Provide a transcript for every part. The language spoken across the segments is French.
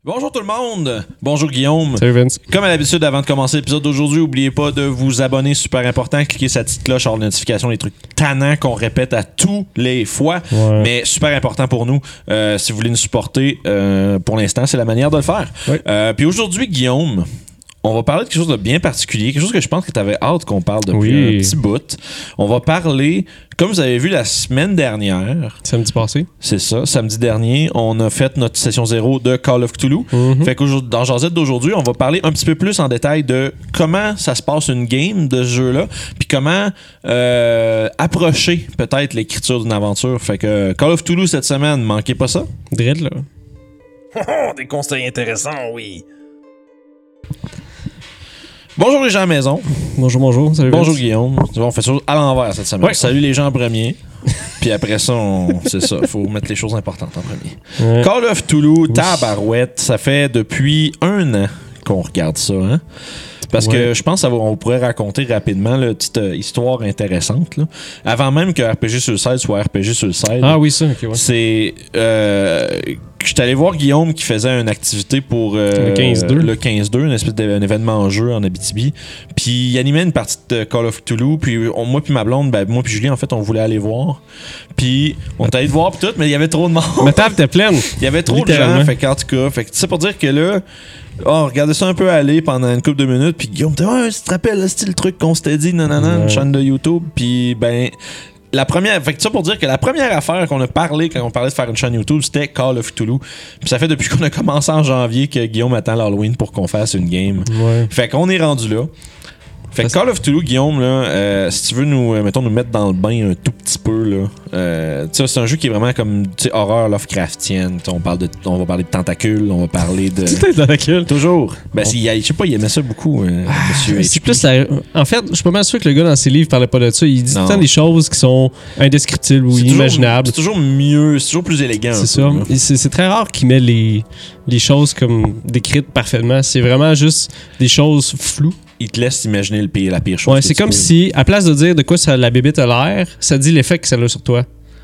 Bonjour tout le monde! Bonjour Guillaume! Salut Vince. Comme à l'habitude, avant de commencer l'épisode d'aujourd'hui, n'oubliez pas de vous abonner, super important, cliquez sa petite cloche hors notification, les trucs tannants qu'on répète à tous les fois, mais super important pour nous. Si vous voulez nous supporter, pour l'instant, c'est la manière de le faire. Ouais. Puis aujourd'hui, Guillaume, on va parler de quelque chose de bien particulier, quelque chose que je pense que tu avais hâte qu'on parle depuis un petit bout. On va parler, comme vous avez vu la semaine dernière... Samedi passé. C'est ça, samedi dernier, on a fait notre session 0 de Call of Cthulhu. Fait que dans Jazette d'aujourd'hui, on va parler un petit peu plus en détail de comment ça se passe une game de ce jeu-là, puis comment approcher peut-être l'écriture d'une aventure. Fait que Call of Cthulhu cette semaine, manquez pas ça. Dread, là. Des conseils intéressants, oui. Bonjour les gens à la maison. Bonjour. Salut Bonjour Vince. Guillaume. On fait ça à l'envers cette semaine. Ouais. Salut les gens en premier. Puis après ça, c'est ça. Faut mettre les choses importantes en premier. Ouais. Call of Cthulhu, tabarouette. Ça fait depuis 1 an qu'on regarde ça. Hein? Parce que je pense qu'on pourrait raconter rapidement une petite histoire intéressante. Là. Avant même que RPG sur le site soit RPG sur le site. Ah oui, ça, ok, ouais. C'est... je suis allé voir Guillaume qui faisait une activité pour le 15-2. Le 15-2, une espèce d'événement en jeu en Abitibi. Puis il animait une partie de Call of Cthulhu. Puis moi puis ma blonde, moi puis Julie, en fait, on voulait aller voir. Puis on est allé te voir puis tout, mais il y avait trop de monde. Ma table était pleine. Il y avait trop de gens. Fait qu'en tout cas, c'est pour dire que là, on regardait ça un peu aller pendant une couple de minutes. Puis Guillaume était, tu te rappelles, là, c'était le truc qu'on s'était dit, une chaîne de YouTube. Puis ben... Fait que ça pour dire que la première affaire qu'on a parlé quand on parlait de faire une chaîne YouTube, c'était Call of Cthulhu. Puis ça fait depuis qu'on a commencé en janvier que Guillaume attend l'Halloween pour qu'on fasse une game. Ouais. Fait qu'on est rendu là. Fait que Call of Cthulhu, Guillaume, là, si tu veux nous mettre dans le bain un tout petit peu, là, c'est un jeu qui est vraiment comme horreur Lovecraftienne. On va parler de tentacules, on va parler de... Tentacule. Toujours. Ben, je sais pas, il aimait ça beaucoup, monsieur. C'est plus la... En fait, je suis pas mal sûr que le gars dans ses livres parlait pas de ça. Il dit tout le temps des choses qui sont indescriptibles ou inimaginables. C'est toujours mieux, c'est toujours plus élégant. C'est ça. C'est très rare qu'il met les choses comme décrites parfaitement. C'est vraiment juste des choses floues. Il te laisse imaginer la pire chose. Ouais, c'est comme si, à place de dire de quoi la bébête a l'air, ça dit l'effet que ça a sur toi.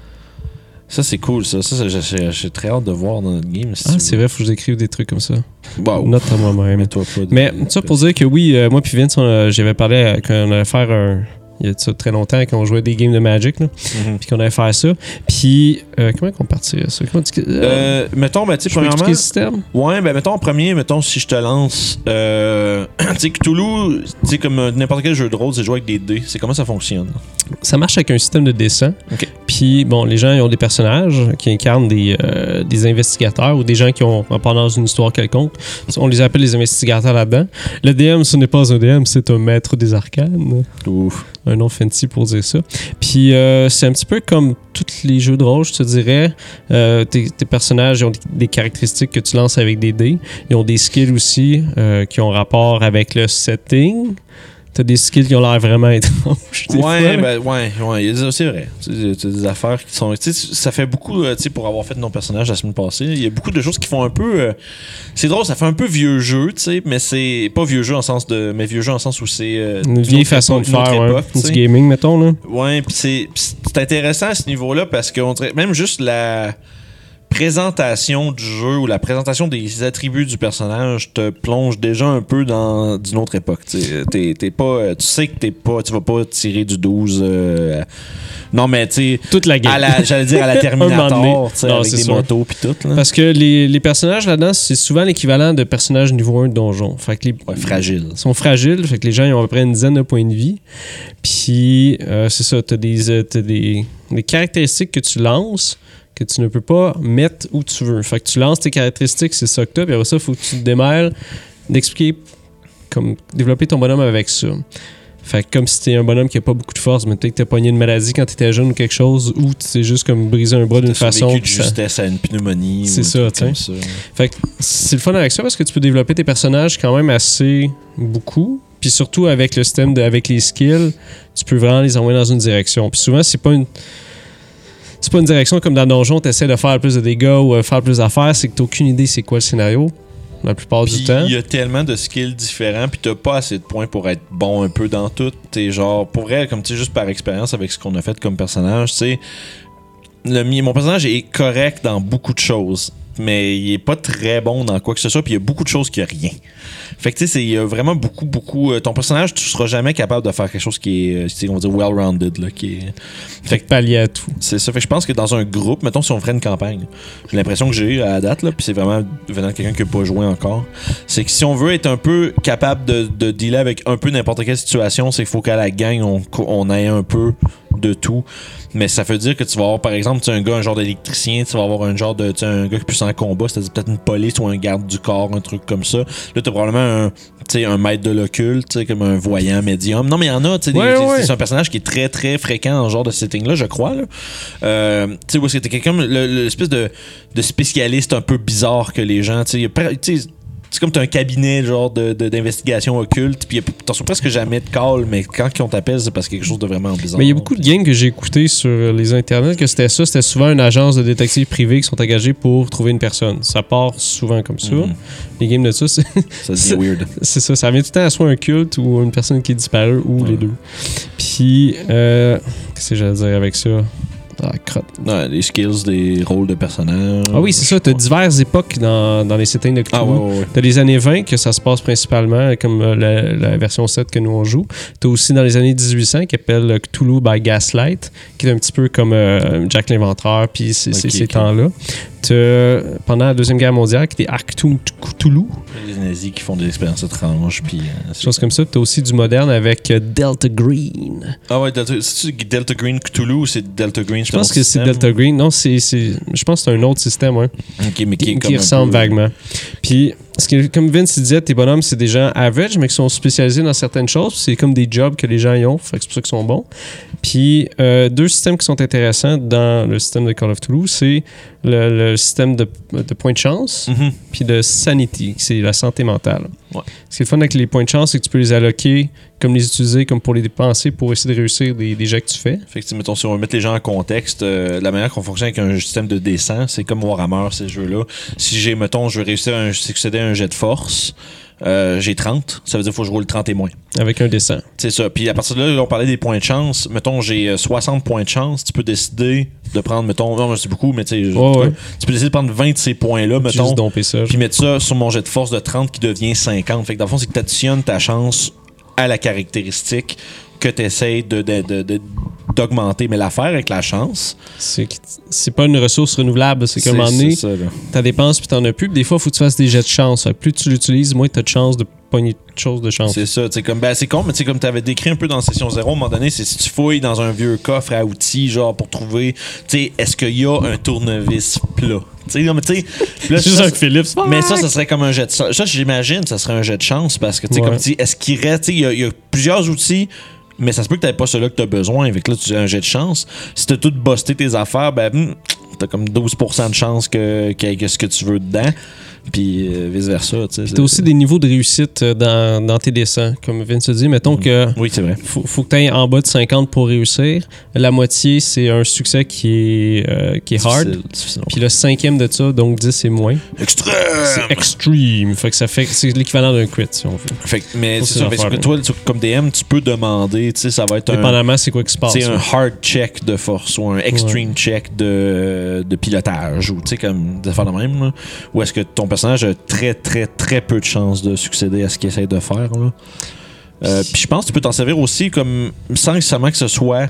Ça, c'est cool, ça. J'ai très hâte de voir dans notre game. C'est vrai, faut que j'écrive des trucs comme ça. Wow. Note à moi-même. Mets-toi pas Mais ça pour dire que oui, moi puis Vince, j'avais parlé qu'on allait faire il y a ça très longtemps quand on jouait des games de Magic, là, puis qu'on allait faire ça. Puis, comment qu'on partirait ça? Mettons, tu sais, premièrement... le système? Ouais, mettons, en premier, si je te lance... tu sais, Cthulhu, tu sais, comme n'importe quel jeu de rôle, c'est jouer avec des dés. C'est comment ça fonctionne? Ça marche avec un système de dessin. OK. Puis, bon, les gens, ils ont des personnages qui incarnent des investigateurs ou des gens qui ont part dans une histoire quelconque. On les appelle les investigateurs là-dedans. Le DM, ce n'est pas un DM, c'est un maître des arcanes. Ouf. Un nom fancy pour dire ça. Puis c'est un petit peu comme tous les jeux de rôle, je te dirais. Tes personnages ont des caractéristiques que tu lances avec des dés. Ils ont des skills aussi qui ont rapport avec le setting. T'as des skills qui ont l'air vraiment étranges. C'est vrai. T'as des affaires qui sont... Ça fait beaucoup, pour avoir fait nos personnages la semaine passée, il y a beaucoup de choses qui font un peu... c'est drôle, ça fait un peu vieux jeu, mais c'est pas vieux jeu en sens de... Mais vieux jeu en sens où c'est... une vieille façon de faire, époque, du gaming, mettons, là. Ouais, puis c'est intéressant à ce niveau-là parce que même juste la présentation du jeu ou la présentation des attributs du personnage te plonge déjà un peu dans d'une autre époque. T'es pas, tu sais que tu vas pas tirer du 12 non mais tu sais toute la game. J'allais dire à la Terminator avec des sûr. motos pis tout là. Parce que les personnages là-dedans c'est souvent l'équivalent de personnages niveau 1 de donjon. Fait que fragiles. Ils sont fragiles, fait que les gens ils ont à peu près une dizaine de points de vie. Puis c'est ça, t'as des caractéristiques que tu lances que tu ne peux pas mettre où tu veux. Fait que tu lances tes caractéristiques, c'est ça que t'as, puis après ça, il faut que tu te démêles d'expliquer comme développer ton bonhomme avec ça. Fait que comme si t'es un bonhomme qui a pas beaucoup de force, mais peut-être que t'as pogné une maladie quand t'étais jeune ou quelque chose, ou t'es juste comme brisé un bras d'une façon. De justesse à une pneumonie. C'est ça, tu sais. Fait que c'est le fun avec ça parce que tu peux développer tes personnages quand même assez beaucoup. Puis surtout avec le système avec les skills, tu peux vraiment les envoyer dans une direction. Puis souvent, c'est pas une direction comme dans Donjon, tu essaies de faire plus de dégâts ou faire plus d'affaires, c'est que tu n'as aucune idée c'est quoi le scénario la plupart du temps. Il y a tellement de skills différents, puis t'as pas assez de points pour être bon un peu dans tout. T'es genre, pour vrai, comme tu sais, juste par expérience avec ce qu'on a fait comme personnage, tu sais, mon personnage est correct dans beaucoup de choses. mais il est pas très bon dans quoi que ce soit, puis il y a beaucoup de choses qu'il y a rien. Fait que tu sais, il y a vraiment beaucoup ton personnage, tu seras jamais capable de faire quelque chose qui est, on va dire, well-rounded, là, qui est... Fait que pallier à tout. C'est ça. Fait que je pense que dans un groupe, mettons, si on ferait une campagne, j'ai l'impression que j'ai à la date, là, puis c'est vraiment venant de quelqu'un qui n'a pas joué encore, c'est que si on veut être un peu capable de dealer avec un peu n'importe quelle situation, c'est qu'il faut qu'à la gang, on ait un peu de tout. Mais ça veut dire que tu vas avoir, par exemple, un gars, un genre d'électricien, tu vas avoir un genre de, un gars qui est plus en combat, c'est-à-dire peut-être une police ou un garde du corps, un truc comme ça. Là, t'as probablement un maître de l'occulte, comme un voyant médium. Non, mais il y en a, c'est un personnage qui est très, très fréquent dans ce genre de setting-là, je crois. Là. Tu sais, où est-ce que t'es quelqu'un, l'espèce de spécialiste un peu bizarre que les gens, tu sais, c'est comme t'as un cabinet genre d'investigation occulte, puis t'en reçois presque jamais de call, mais quand on t'appelle, c'est parce qu'il y a quelque chose de vraiment bizarre. Mais il y a beaucoup de games que j'ai écoutés sur les internets que c'était souvent une agence de détectives privés qui sont engagés pour trouver une personne. Ça part souvent comme ça. Les games de ça, ça devient weird. C'est ça, ça vient tout le temps à soit un culte ou une personne qui est disparue ou les deux. Puis, qu'est-ce que j'allais dire avec ça? Ah, crotte. Ouais, les skills, des rôles de personnages. Ah oui, c'est ça. T'as diverses époques dans les settings de Cthulhu. Ouais. T'as les années 20 que ça se passe principalement, comme la version 7 que nous on joue. T'as aussi dans les années 1800 qui appelle Cthulhu by Gaslight, qui est un petit peu comme Jack l'Inventeur, puis ces temps-là. T'as, pendant la Deuxième Guerre mondiale, qui était Achtung Cthulhu. Les nazis qui font des expériences étranges, puis... choses comme ça. T'as aussi du moderne avec Delta Green. Ah ouais, c'est-tu Delta Green Cthulhu ou c'est Delta Green? Je pense que c'est Delta Green. Non, je pense que c'est un autre système, ouais. Okay, mais qui ressemble vaguement. Puis, comme Vince disait, tes bonhommes, c'est des gens average, mais qui sont spécialisés dans certaines choses. C'est comme des jobs que les gens y ont. Fait que c'est pour ça qu'ils sont bons. Puis, deux systèmes qui sont intéressants dans le système de Call of Cthulhu, c'est le système de points de chance, puis de sanity, c'est la santé mentale. Ouais. Ce qui est le fun avec les points de chance, c'est que tu peux les alloquer, comme les utiliser, comme pour les dépenser, pour essayer de réussir des jets que tu fais. Fait que, mettons, si on veut mettre les gens en contexte, la manière qu'on fonctionne avec un système de dessin, c'est comme Warhammer, ces jeux-là. Si je veux réussir à succéder à un jet de force, j'ai 30, ça veut dire qu'il faut que je roule 30 et moins. Avec un dessin. C'est ça. Puis à partir de là, on parlait des points de chance. Mettons, j'ai 60 points de chance. Tu peux décider de prendre, mettons, non, c'est beaucoup, mais tu sais, tu peux décider de prendre 20 de ces points-là, mettons. Juste domper ça. Puis mettre ça sur mon jet de force de 30 qui devient 50. Fait que dans le fond, c'est que tu additionnes ta chance à la caractéristique que tu essaies d'augmenter. Mais l'affaire avec la chance, c'est pas une ressource renouvelable. C'est qu'à un moment donné, t'as dépenses puis t'en as plus. Puis des fois, il faut que tu fasses des jets de chance. Plus tu l'utilises, moins t'as de chance de pogner de choses de chance. C'est ça. C'est con, mais comme tu avais décrit un peu dans Session 0, à un moment donné, c'est si tu fouilles dans un vieux coffre à outils, genre pour trouver, est-ce qu'il y a un tournevis plat? C'est juste un Philips. Mais ça serait comme un jet de chance. Ça, j'imagine, ça serait un jet de chance parce que, comme tu dis, est-ce qu'il reste, il y a plusieurs outils. Mais ça se peut que t'avais pas celui-là que t'as besoin. Avec là, tu as un jet de chance. Si t'as tout busté tes affaires, t'as comme 12% de chance qu'il y ait ce que tu veux dedans. Puis vice-versa. T'as aussi des niveaux de réussite dans tes dessins. Comme Vince dit, mettons que oui, c'est vrai. Faut que tu ailles en bas de 50 pour réussir. La moitié, c'est un succès qui est hard. Puis le 5e de ça, donc 10, c'est moins. Extrême! C'est extreme. Fait que c'est l'équivalent d'un crit, si on veut. Fait que, mais c'est ça. Fait que toi, comme DM, tu peux demander, ça va être dépendamment, c'est quoi qui se passe. C'est un hard check de force ou un extreme check de pilotage ou comme de faire le même. Là, ou est-ce que ton personnage a très, très, très peu de chances de succéder à ce qu'il essaie de faire. Puis je pense que tu peux t'en servir aussi comme sans nécessairement que ce soit...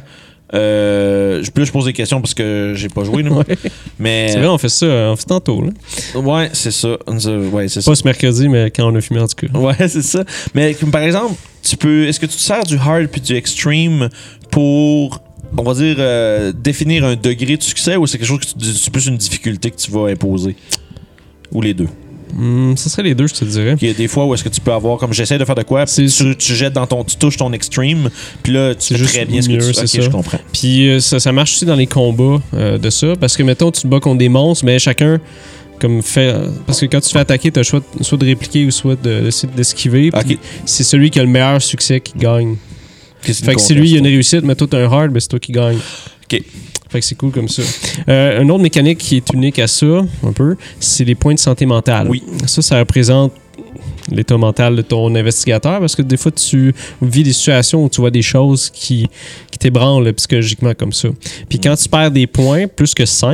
je pose des questions parce que j'ai pas joué. Ouais. Mais... C'est vrai, on fait tantôt. Là. Ouais, c'est ça. Ouais, c'est pas ce mercredi, mais quand on a fumé en tout cas. Ouais, c'est ça. Mais comme par exemple, est-ce que tu te sers du hard puis du extreme pour... on va dire, définir un degré de succès ou c'est quelque chose que c'est plus une difficulté que tu vas imposer? Ou les deux? Ce serait les deux, je te dirais. Il y a des fois où est-ce que tu peux avoir, comme j'essaie de faire de quoi, tu jettes tu touches ton extreme, puis là, tu fais très bien ce que tu fais. Ok, je comprends. Puis ça marche aussi dans les combats de ça, parce que, mettons, tu te bats contre des monstres, mais chacun... comme fait parce que quand tu te fais attaquer, tu as le choix soit de répliquer ou soit d'esquiver. Okay. C'est celui qui a le meilleur succès qui gagne. Fait que si lui il a une réussite, mais toi t'as un hard, ben c'est toi qui gagne. OK. Fait que c'est cool comme ça. Une autre mécanique qui est unique à ça, un peu, c'est les points de santé mentale. Oui. Ça représente l'état mental de ton investigateur parce que des fois tu vis des situations où tu vois des choses qui t'ébranlent psychologiquement comme ça. Puis quand tu perds des points, plus que 5,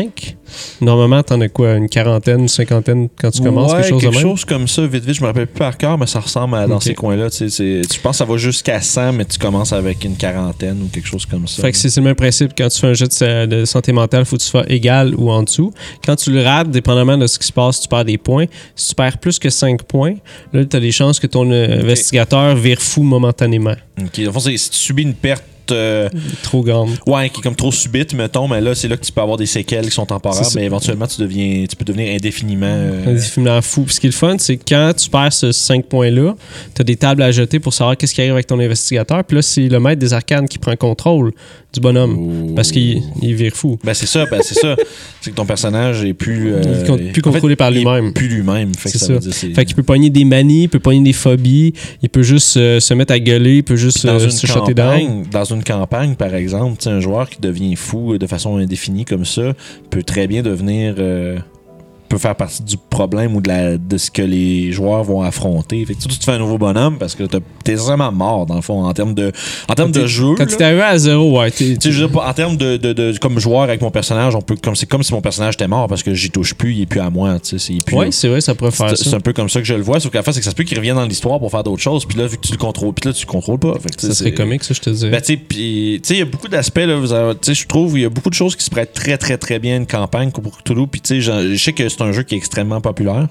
Normalement, t'en as quoi? Une quarantaine, une cinquantaine quand tu commences, quelque chose de même? Chose comme ça, vite, je me rappelle plus par cœur, mais ça ressemble à dans ces coins-là. Tu penses que ça va jusqu'à 100, mais tu commences avec une quarantaine ou quelque chose comme ça. Fait que c'est le même principe. Quand tu fais un jeu de santé mentale, il faut que tu sois égal ou en dessous. Quand tu le rates, dépendamment de ce qui se passe, tu perds des points. Si tu perds plus que 5 points, là, tu as des chances que ton investigateur vire fou momentanément. OK. Dans le fond, si tu subis une perte trop grande. Ouais, qui est comme trop subite, mettons, mais là, c'est là que tu peux avoir des séquelles qui sont temporaires, mais éventuellement, tu peux devenir indéfiniment. Indéfiniment fou. Puis ce qui est le fun, c'est que quand tu perds ce 5 points-là, tu as des tables à jeter pour savoir qu'est-ce qui arrive avec ton investigateur. Puis là, c'est le maître des arcanes qui prend contrôle du bonhomme. Parce qu'il vire fou. Ben, c'est ça. C'est que ton personnage est plus. Il est plus contrôlé par lui-même. Il est plus lui-même. Fait que ça veut dire, fait qu'il peut pogner des manies, il peut pogner des phobies, il peut juste se mettre à gueuler, il peut juste se shotter down. Dans une campagne, par exemple, un joueur qui devient fou de façon indéfinie comme ça peut très bien devenir. Peut faire partie du problème ou de ce que les joueurs vont affronter. Fait que tu te fais un nouveau bonhomme parce que t'es vraiment mort, dans le fond, en termes de jeu. Quand tu t'es arrivé à zéro, ouais. Je veux dire, en termes de comme joueur avec mon personnage, c'est comme si mon personnage était mort parce que j'y touche plus, il est plus à moi. Oui, c'est vrai, ça pourrait faire ça. C'est un peu comme ça que je le vois, sauf qu'à la fin, c'est que ça se peut qu'il revienne dans l'histoire pour faire d'autres choses, puis là, vu que tu le contrôles, puis là, tu le contrôles pas. Fait que, ça serait comique, ça, je te dirais. Ben, il y a beaucoup d'aspects, là, je trouve, il y a beaucoup de choses qui se prêtent très, très, très bien à une campagne pour Cthulhu, puis je sais que c'est un jeu qui est extrêmement populaire.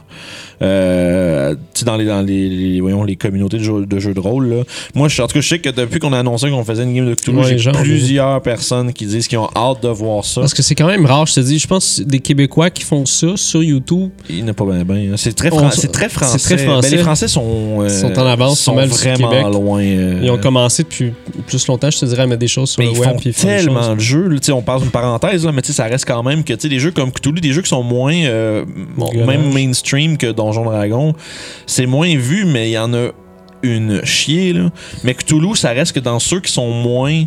Dans les communautés de jeux de rôle, là. Moi, en tout cas, je sais que depuis qu'on a annoncé qu'on faisait une game de Cthulhu, j'ai plusieurs personnes qui disent qu'ils ont hâte de voir ça. Parce que c'est quand même rare, je te dis. Je pense des Québécois qui font ça sur YouTube. Il n'y en a pas bien. C'est très français. C'est très français. Ben, les Français sont en avance, sont vraiment loin. Ils ont commencé depuis plus longtemps, je te dirais, à mettre des choses sur le web. Ils font tellement de jeux. On passe une parenthèse, là, mais ça reste quand même que des jeux comme Cthulhu, des jeux qui sont moins même mainstream que Donjon Dragon, c'est moins vu, mais il y en a une chier, là. Mais Cthulhu, ça reste que dans ceux qui sont moins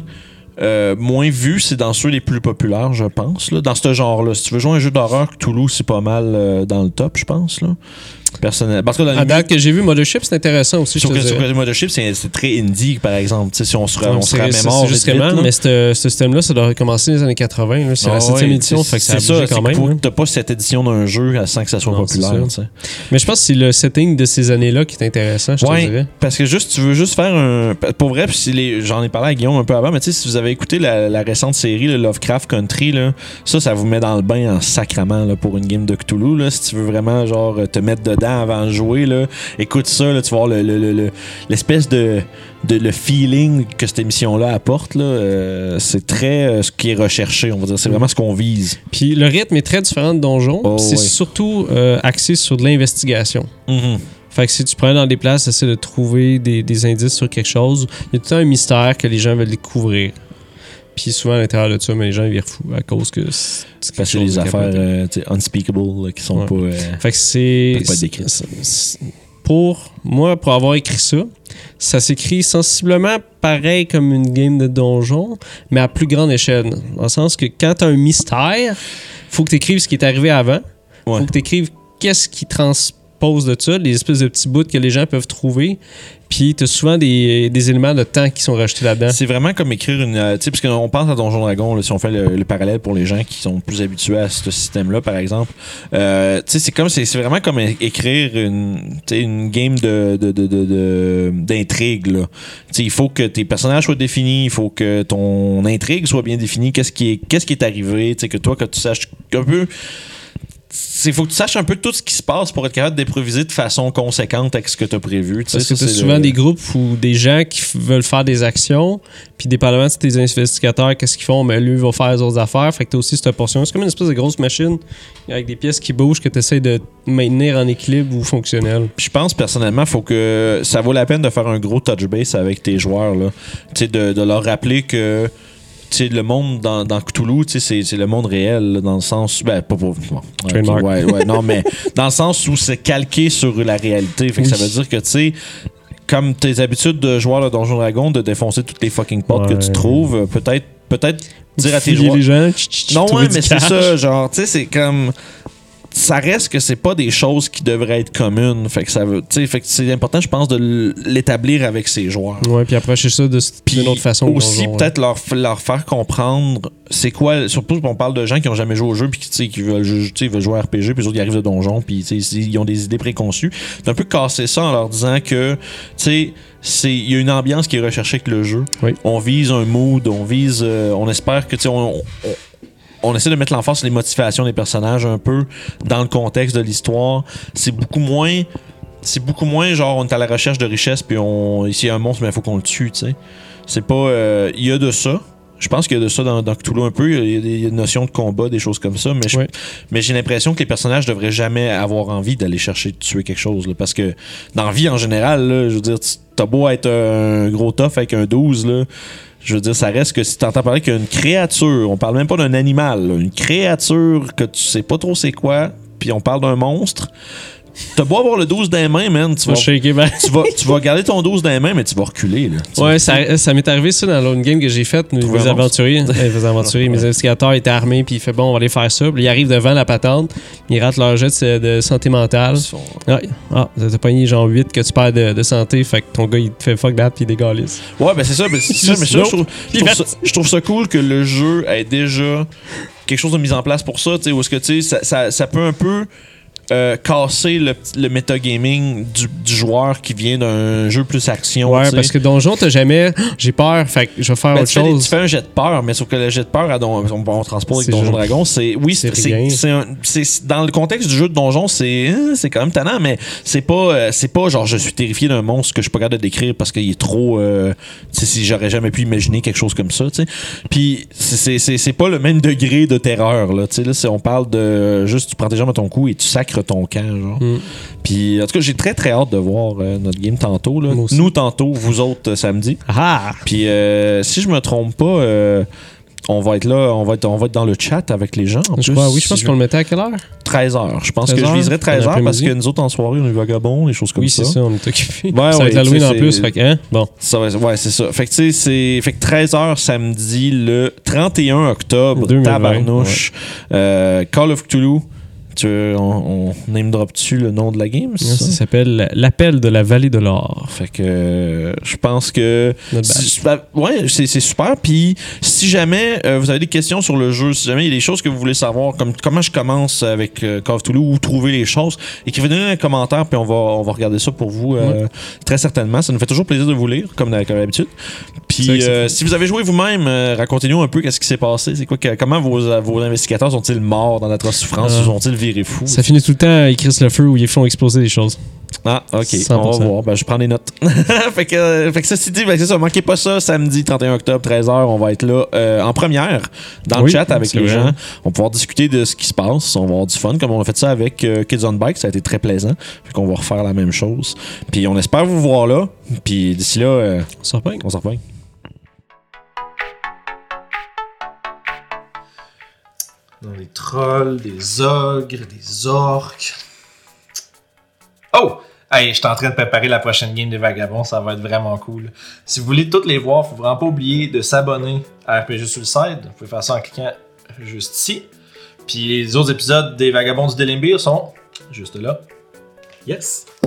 vus, c'est dans ceux les plus populaires, je pense, là, dans ce genre-là. Si tu veux jouer à un jeu d'horreur, Cthulhu, c'est pas mal dans le top, je pense, là. Personnel. Parce que dans date que j'ai vu Mothership, c'est intéressant aussi. Sur Mothership, c'est très indie, par exemple. Si on se remémore. Justement, mais ce système-là, ça doit commencer dans les années 80. Là. C'est la 7e édition, fait que ça a bougé quand même. T'as pas cette édition d'un jeu sans que ça soit populaire. Mais je pense que c'est le setting de ces années-là qui est intéressant, je te dirais. Parce que tu veux juste faire un. Pour vrai, j'en ai parlé à Guillaume un peu avant, mais si vous avez écouté la récente série, le Lovecraft Country, là, ça vous met dans le bain en sacrament là, pour une game de Cthulhu. Là, si tu veux vraiment genre te mettre dedans avant de jouer, là, écoute ça, là, tu vas voir l'espèce de le feeling que cette émission-là apporte, là, c'est très ce qui est recherché, on va dire. C'est vraiment ce qu'on vise. Puis le rythme est très différent de Donjon. C'est surtout axé sur de l'investigation. Fait que si tu prends dans des places, essaie de trouver des indices sur quelque chose, il y a tout le temps un mystère que les gens veulent découvrir. Puis souvent, à l'intérieur de ça, mais les gens ils virent fous à cause que c'est parce que les affaires unspeakable là, qui sont pas. Fait que c'est. Pas décrites. Pour moi, pour avoir écrit ça s'écrit sensiblement pareil comme une game de donjon, mais à plus grande échelle. Dans le sens que quand tu as un mystère, faut que tu écrives ce qui est arrivé avant. Faut que tu écrives qu'est-ce qui transpose de ça, les espèces de petits bouts que les gens peuvent trouver. Puis t'as souvent des éléments de temps qui sont rajoutés là-dedans. C'est vraiment comme écrire une... tu sais, parce qu'on pense à Donjon Dragon, là, si on fait le parallèle pour les gens qui sont plus habitués à ce système-là, par exemple. Tu sais, c'est vraiment comme écrire une game d'intrigue, là. Tu sais, il faut que tes personnages soient définis, il faut que ton intrigue soit bien définie, qu'est-ce qui est arrivé, tu sais, que tu saches un peu... Il faut que tu saches un peu tout ce qui se passe pour être capable d'improviser de façon conséquente avec ce que tu as prévu. Parce que tu as souvent des groupes ou des gens qui veulent faire des actions, puis dépendamment de tes investigateurs, qu'est-ce qu'ils font, mais lui, il va faire les autres affaires. Fait que tu as aussi cette portion. C'est comme une espèce de grosse machine avec des pièces qui bougent que tu essaies de maintenir en équilibre ou fonctionnel. Puis je pense personnellement, faut que ça vaut la peine de faire un gros touch base avec tes joueurs. De leur rappeler que le monde dans Cthulhu, c'est le monde réel, là, dans le sens... Ben, pas... Bon, Trademark. Non, mais dans le sens où c'est calqué sur la réalité. Fait que ça veut dire que, tu sais, comme tes habitudes de joueur de Donjon Dragon, de défoncer toutes les fucking portes que tu trouves, peut-être dire à tes joueurs... Les gens, non, mais c'est ça, genre, tu sais, c'est comme... ça reste que c'est pas des choses qui devraient être communes. Fait que c'est important, je pense, de l'établir avec ses joueurs. Ouais, puis approcher ça d'une autre façon. Aussi, peut-être leur faire comprendre c'est quoi. Surtout qu'on parle de gens qui ont jamais joué au jeu puis qui veulent jouer à RPG, puis les autres, ils arrivent de donjon, puis ils ont des idées préconçues. C'est un peu casser ça en leur disant que, il y a une ambiance qui est recherchée avec le jeu. Oui. On vise un mood, on espère que, on essaie de mettre l'emphase sur les motivations des personnages un peu dans le contexte de l'histoire. C'est beaucoup moins genre on est à la recherche de richesse puis ici il y a un monstre mais il faut qu'on le tue, tu sais. C'est pas il y a de ça. Je pense qu'il y a de ça dans Cthulhu un peu, il y a des notions de combat, des choses comme ça, mais j'ai l'impression que les personnages devraient jamais avoir envie d'aller chercher de tuer quelque chose là, parce que dans la vie en général là, je veux dire, t'as beau être un gros tough avec un 12 là, je veux dire, ça reste que si t'entends parler qu'il y a une créature, on parle même pas d'un animal, là, une créature que tu sais pas trop c'est quoi, puis on parle d'un monstre, t'as beau avoir le 12 dans les mains, man, tu vas garder ton 12 dans les mains, mais tu vas reculer. Là, ouais, ça m'est arrivé ça dans l'autre game que j'ai faite. Mes aventuriers, mes investigateurs étaient armés, puis il fait bon, on va aller faire ça. Puis ils arrivent devant la patente, ils ratent leur jet de santé mentale. Ouais. Ah, t'as pogné genre 8 que tu perds de santé, fait que ton gars il te fait fuck that, puis il dégalisse. Ouais, ben c'est ça, je trouve ça cool que le jeu ait déjà quelque chose de mis en place pour ça, tu sais, où est-ce que ça peut un peu. Casser le metagaming du joueur qui vient d'un jeu plus action. Ouais, parce que Donjon, t'as jamais. J'ai peur, fait que je vais faire autre chose. Tu fais un jet de peur, mais sauf que le jet de peur, on transpose avec Donjon Dragon, c'est dans le contexte du jeu de Donjon, c'est quand même tannant, mais c'est pas genre je suis terrifié d'un monstre que je suis pas capable de décrire parce qu'il est trop. Si j'aurais jamais pu imaginer quelque chose comme ça, tu sais. Puis c'est pas le même degré de terreur, là. Tu sais, là, on parle de juste tu prends tes jambes à ton cou et tu sacres ton camp, genre. Puis en tout cas, j'ai très très hâte de voir notre game tantôt, là. Nous tantôt, vous autres samedi. Puis si je me trompe pas, on va être là, on va être dans le chat avec les gens. Je pense qu'on le mettait à quelle heure? 13h. Je pense que je viserais 13h parce que nous autres en soirée, on est vagabonds, des choses comme ça. Oui, c'est ça, on est occupés. Ouais, ça va être l'Halloween en plus, fait que, hein? Bon. Ouais, c'est ça. Fait que tu sais, fait que 13h samedi le 31 octobre, 2020, tabarnouche. Ouais. Call of Cthulhu. On name drop-tu le nom de la game? Ça s'appelle L'Appel de la Vallée de l'Or. Fait que je pense que c'est super. Puis si jamais vous avez des questions sur le jeu, si jamais il y a des choses que vous voulez savoir, comme comment je commence avec Call of Cthulhu, où trouver les choses, écrivez-nous un commentaire puis on va regarder ça pour vous très certainement. Ça nous fait toujours plaisir de vous lire, comme d'habitude. Puis si vous avez joué vous-même, racontez-nous un peu qu'est-ce qui s'est passé. C'est quoi, comment vos investigateurs sont-ils morts dans notre souffrance? Sont-ils virés fous? Ça finit tout le temps à écrire le feu où ils font exploser des choses. Ah, ok. 100%. On va voir. Ben, je prends des notes. fait que ceci dit, c'est ça. Manquez pas ça. Samedi 31 octobre, 13h, on va être là en première dans le chat avec les gens. On va pouvoir discuter de ce qui se passe. On va avoir du fun. Comme on a fait ça avec Kids on Bike, ça a été très plaisant. Fait qu'on va refaire la même chose. Puis on espère vous voir là. Puis d'ici là, on s'en reprend. Dans des trolls, des ogres, des orques. Oh! Hey, je suis en train de préparer la prochaine game des Vagabonds, ça va être vraiment cool. Si vous voulez toutes les voir, faut vraiment pas oublier de s'abonner à RPG Suicide. Vous pouvez faire ça en cliquant juste ici. Puis les autres épisodes des Vagabonds du Délimbir sont juste là. Yes!